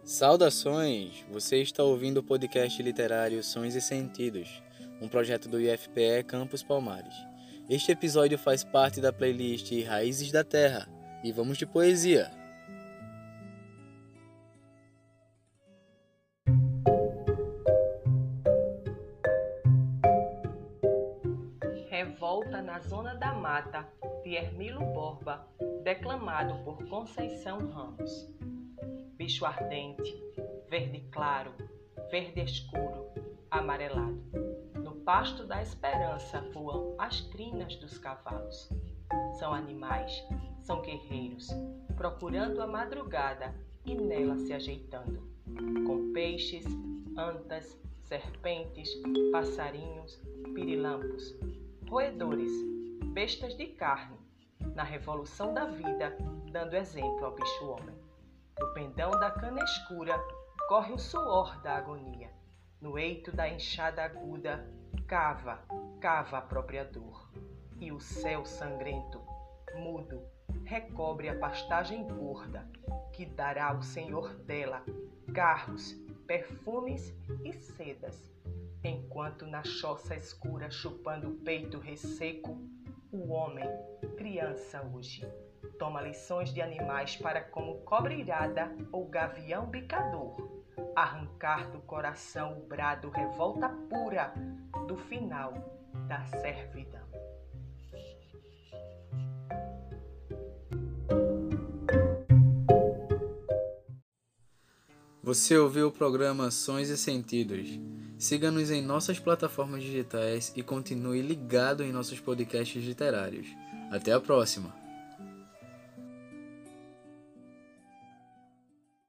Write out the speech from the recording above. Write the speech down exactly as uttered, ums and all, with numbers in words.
Saudações! Você está ouvindo o podcast literário Sons e Sentidos, um projeto do I F P E Campus Palmares. Este episódio faz parte da playlist Raízes da Terra, e vamos de poesia! Revolta na Zona da Mata, de Hermilo Borba, declamado por Conceição Ramos. Bicho ardente, verde claro, verde escuro, amarelado. No pasto da esperança voam as crinas dos cavalos. São animais, são guerreiros, procurando a madrugada e nela se ajeitando. Com peixes, antas, serpentes, passarinhos, pirilampos, roedores, bestas de carne, na revolução da vida, dando exemplo ao bicho-homem. No pendão da cana escura, corre o suor da agonia. No eito da enxada aguda, cava, cava a própria dor. E o céu sangrento, mudo, recobre a pastagem gorda, que dará ao senhor dela carros, perfumes e sedas. Enquanto na choça escura, chupando o peito resseco, o homem, criança hoje, toma lições de animais para, como cobra irada ou gavião bicador, arrancar do coração o brado revolta pura do final da servidão. Você ouviu o programa Sons e Sentidos. Siga-nos em nossas plataformas digitais e continue ligado em nossos podcasts literários. Até a próxima!